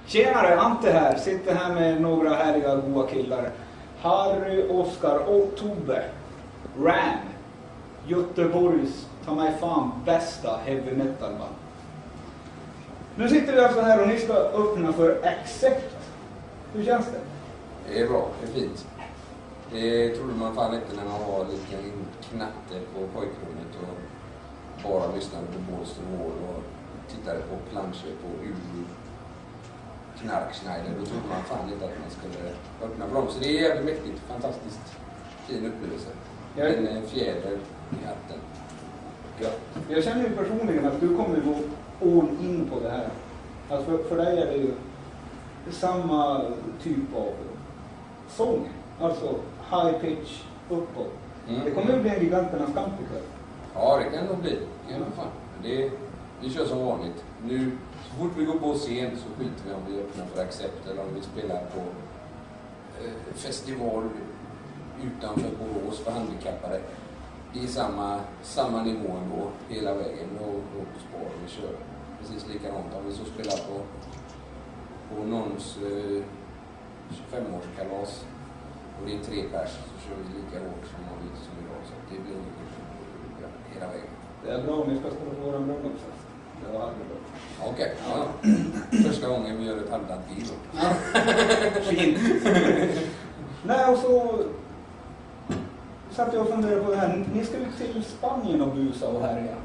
Tjenare, Ante här. Sitter här med några härliga goa killar. Harry, Oskar och Tobbe. Ram. Göteborgs, ta mig fan, bästa heavy metal band. Nu sitter vi alltså här och ni ska öppna för Accept. Hur känns det? Det är bra, det är fint. Det trodde man fan inte när man var lite knatte på pojkrummet och bara lyssnade på Balls to Wall och tittade på planscher på Ulu, Knarkschneider. Då trodde man fan inte att man skulle öppna för dem. Så det är jävligt mäktigt, fantastiskt fin upplevelse. En fjäder i hatten. Ja. Jag känner ju personligen att du kommer gå all in på det här. Alltså för dig är det ju samma typ av sång. Alltså high pitch uppåt. Det kommer ju bli en giganternas kamp ikväll. Ja, det kan nog bli. I alla fall. Vi kör som vanligt. Nu, så fort vi går på scen så skiter vi om vi öppnar för Accept eller om vi spelar på festival utanför Borås för handikappade. Det är samma nivå ändå hela vägen och på spår. Vi kör precis likadant. Om vi så spelar på någons 25-årskalas och det är 3 pers så kör vi lika hårt som idag. Så det blir hela vägen. Det är bra om vi ska stå på våran bröllopsfest. Det var aldrig bra. Okej, ja. Första gången vi gör ett halvdant gig. Fint. Nej, och så satt jag och funderade på det här. Ni ska ju till Spanien och busa och härja.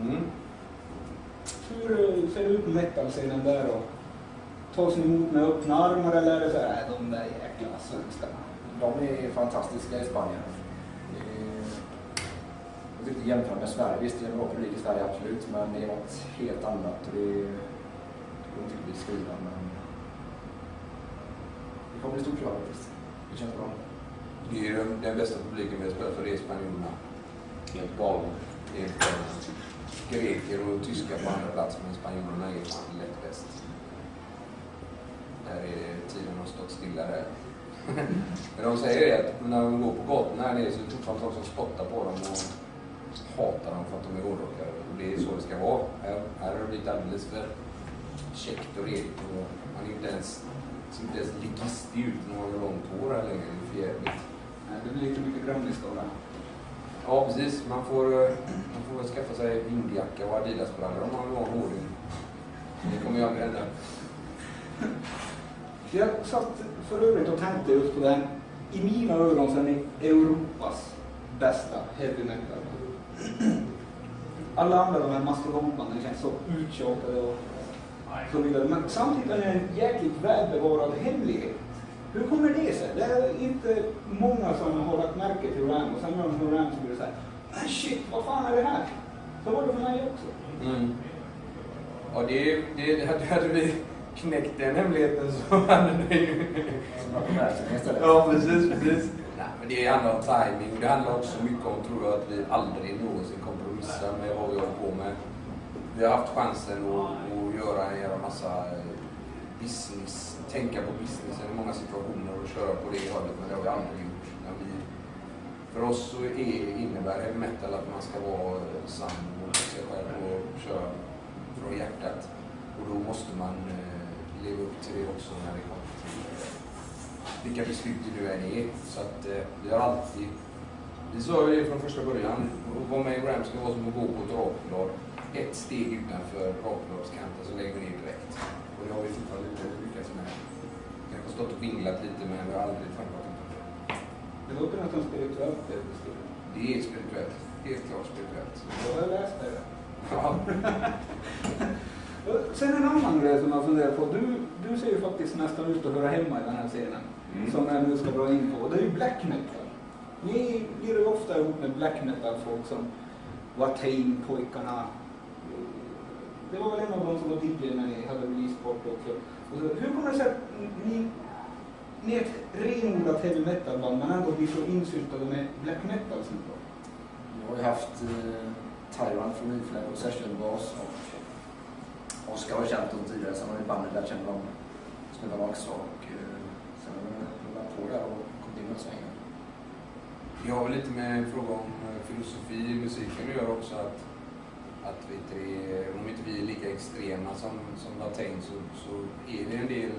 Hur ser det ut med metal-scenen där då? Tas ni emot med öppna armar eller är det så här, de där jäkla svenskarna? De är fantastiska i Spanien. Jag vill inte jämföra med Sverige. Visst, det är en bra publik i Sverige, absolut. Men det är något helt annat. Det går inte att beskriva, men det kommer bli stort kvar faktiskt. Det känns bra. Det är den bästa publiken vi har spelat för, det är spanjorerna. Helt galet. Det är greker och tyskar på andra plats, men spanjorerna är fan lätt bäst. Där är tiden har stått stilla där. Men de säger det att när de går på gatorna här nere så är det fortfarande folk som spottar på dem och hatar dem för att de är hårdrockare. Och det är så det ska vara. Här har det blivit alldeles för käckt och redigt. Och man är inte ens ligistig ut när man har långt hår här längre. Det är för jävligt. Nej, det blir lite mycket grammisskala. Ja, precis. Man får väl skaffa sig vindjacka och Adidas-brallor om man vill ha en hårding. Det kommer jag aldrig hända. Jag satt för övrigt och tänkte just på den. I mina ögon så är ni Europas bästa heavy metal. Alla andra de här mastodontbanden känns så uttjatade och så vidare. Men samtidigt är det en jäkligt välbevarad hemlighet. Hur kommer det sig? Det är inte många som har lagt märke till Ram och sen gör de Ram så blir det så här. Men shit, vad fan är det här? Så var det för mig också. Ja, det hade vi knäckt den hemligheten så hade det ju... Ja, precis. Nej, men det handlar om timing och det handlar också mycket om, tror jag, att vi aldrig någonsin kompromissar med vad vi håller på med. Vi har haft chansen att göra en jävla massa business, tänka på businessen i många situationer och köra på det hållet, men det har vi aldrig gjort. För oss så innebär heavy metal att man ska vara sann mot sig själv och köra från hjärtat. Och då måste man leva upp till det också när det kommer till vilka beslut det nu än är. Så att vi har alltid, vi sa ju det från första början, att vara med i Ram ska vara som att gå på ett rakblad. Ett steg utanför rakbladskanten så lägger vi ner direkt. Och det har vi fortfarande inte lyckats med. Vi har stått och vinglat lite men vi har aldrig framgått utanför. Det låter nästan spirituellt det. Det är spirituellt, helt klart spirituellt. Jag har läst det. Ja. Sen en annan grej som jag funderar på. Du ser ju faktiskt nästan ut att höra hemma i den här scenen. Som jag nu ska dra in på. Det är ju black metal. Ni ger ju ofta ihop med black metal folk som Watain-pojkarna. Det var väl en av dem som var DJ när ni hade releaseport också. Hur kommer det sig att ni är ett renodlat heavy metal-band men ändå blir så insyltade med black metal som då? Jag har ju haft Tyrant från Ifland och Session Bas och Oskar har känt dem tidigare, sen har vi bandet där kände dem snubbarna också och sen har vi rullat på där och kommit in och svängen. Jag har väl lite med en fråga om filosofi i musiken och gör också att om inte vi är lika extrema som Watain så är det en del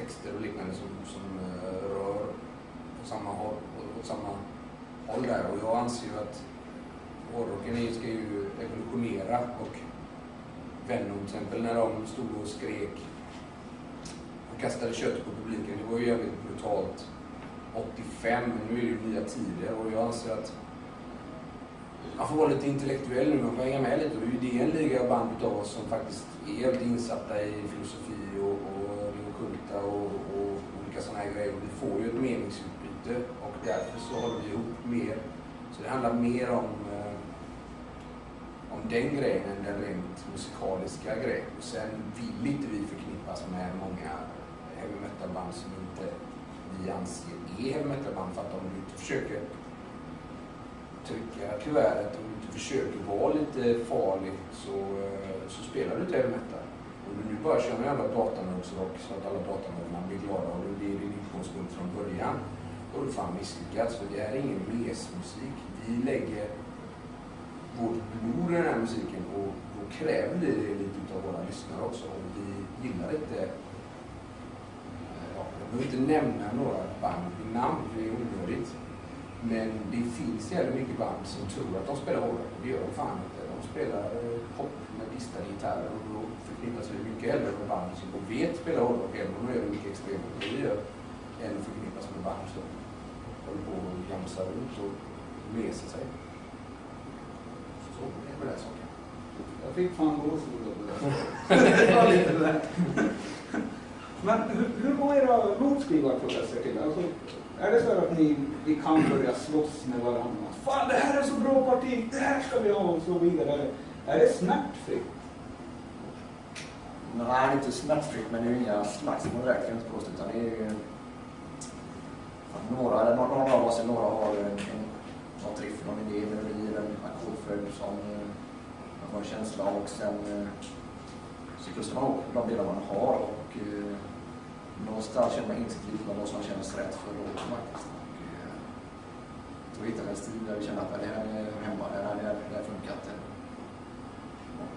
texter och liknande som rör på samma håll, åt samma håll där. Och jag anser ju att hårdrocken ska ju evolutionera, och Venom till exempel, när de stod och skrek och kastade kött på publiken, det var ju jävligt brutalt 85, men nu är det ju nya tider, och jag anser att man får vara lite intellektuell nu, man får hänga med lite, och idén ligger band av oss som faktiskt är helt insatta i filosofi och det ockulta och olika sådana här grejer, och vi får ju ett meningsutbyte, och därför så håller vi ihop mer. Så det handlar mer om den grejen än den rent musikaliska grejen. Och sen vill inte vi förknippas med många heavy metal band som inte vi anser är heavy metal band, för att om du inte försöker trycka kuvertet och inte försöker vara lite farlig så spelar du inte heavy metal. Om du nu bara kör med alla datanördsrock så att alla datanördarna blir glada och det är din utgångspunkt från början, då har du fan misslyckats, för det är ingen mesmusik. Vi lägger vårt blod i den här musiken, och då kräver vi det lite av våra lyssnare också. Och vi gillar inte, jag behöver inte nämna några band i namn, för det är onödigt. Men det finns jävligt mycket band som tror att de spelar hårdare, och det gör de fan inte. De spelar pop med distade gitarrer, och då förknippas vi mycket hellre med band som de vet spelar hårdare, även om de gör mycket extremt och vi gör, än förknippas med band som håller på och jamsar runt och läser sig. Så är det där saken. Jag fick fan gåshud på det. Det var lite där. Men hur går era låtskrivarprocesser till? Alltså, är det så att vi kan börja slåss med varandra? Fan, det här är så bra parti, det här ska vi ha, och så vidare. Är det smärtfritt? Nej, inte smärtfritt, men det är ju inga slagsmål direkt, inte påstå, utan det är ju någon av oss, några har något riff, någon idé, melodi, en ackordföljd som man har en känsla av, och sen så kryssar man ihop de delar man har, och någonstans känner man insikt lite om vad som känns rätt för låten faktiskt. Och då hittar vi en stil där vi känner att det här är hemma, det här funkar inte. Och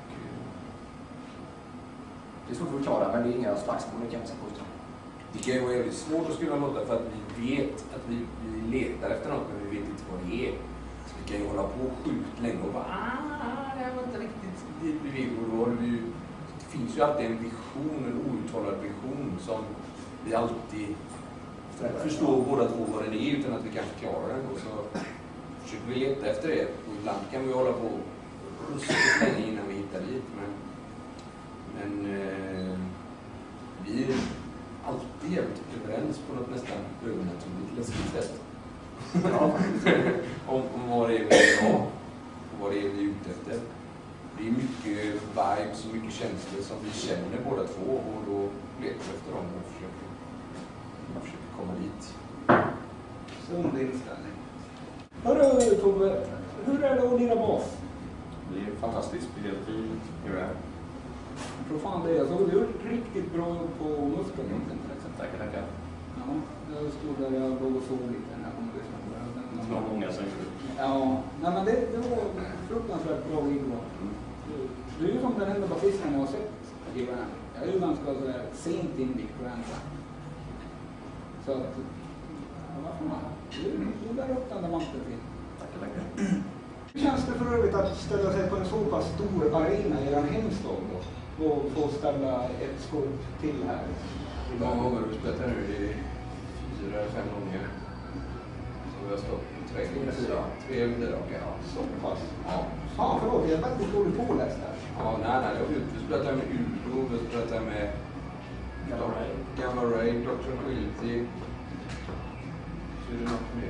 det är svårt att förklara, men det är inga slagsmål, det kan man säga på. Det kan ju vara väldigt svårt att skriva låtar, för att vi vet att vi letar efter något, men vi vet inte vad det är. Så vi kan ju hålla på sjukt länge och bara det här var inte riktigt dit vi vill. Och då har vi ju, det finns ju alltid en vision, en outtalad vision som vi alltid förstår båda två vad den är utan att vi kan förklara den. Och så försöker vi leta efter det. Och ibland kan vi hålla på ruskigt länge innan vi hittar dit. Men vi är alltid jävligt överens på något nästan övernaturligt läskigt sätt. Ja. om vad det är vi vill ha och vad det är vi är ute efter. Det är mycket vibes och mycket känslor som vi känner båda två, och då letar vi efter dem och försöker komma dit. Sund inställning. Hörru Tobbe, hur är det att lira bas? Det är fantastiskt, det är helt fint. Hur är det? Jag tror fan det. Jag såg du gjort riktigt bra på muskeln till exempel. Tackar. Ja, jag stod där jag låg och sov lite när jag kom och lyssnade på det. Det var många som gjorde det. Ja, nej, men det var fruktansvärt bra gigg. Du är ju som den enda basisten jag har sett i Ram. Jag är ju ganska sådär sent invikt på Ram. Så att, ja, varför man? Du bär upp den där manteln till. Tackar. Hur känns det för övrigt att ställa sig på en så pass stor arena i er hemstad då? Och få ställa ett skåp till här? Hur många gånger har du spelat här nu? Det är 4 eller 5 gånger. Så vi har stått på 3 eller 4. Okej. Så pass? Ja. Ja, förlåt. Jag är väldigt dåligt påläst här. Ja, nej, det har vi gjort. Vi har spelat här med Udo, vi har spelat här med Gamma Ray, Dr. Tranquility. Så är det något mer.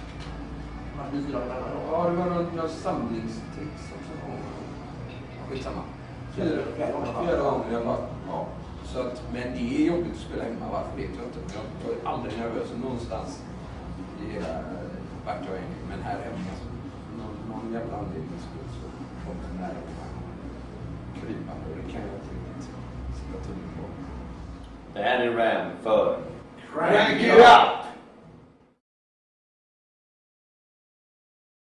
Ja, det var någon samlingstrix också. Skitsamma. 4 gånger. Jag bara, ja. Så att, men det är jobbigt att spela hemma, varför vet jag inte. Jag är aldrig nervös någonstans i hela vart jag är. Men här hemma, så, någon jävla anledning så kommer den här krypande, och det kan jag inte riktigt sitta tull på. Det här är Ram för Crank it up!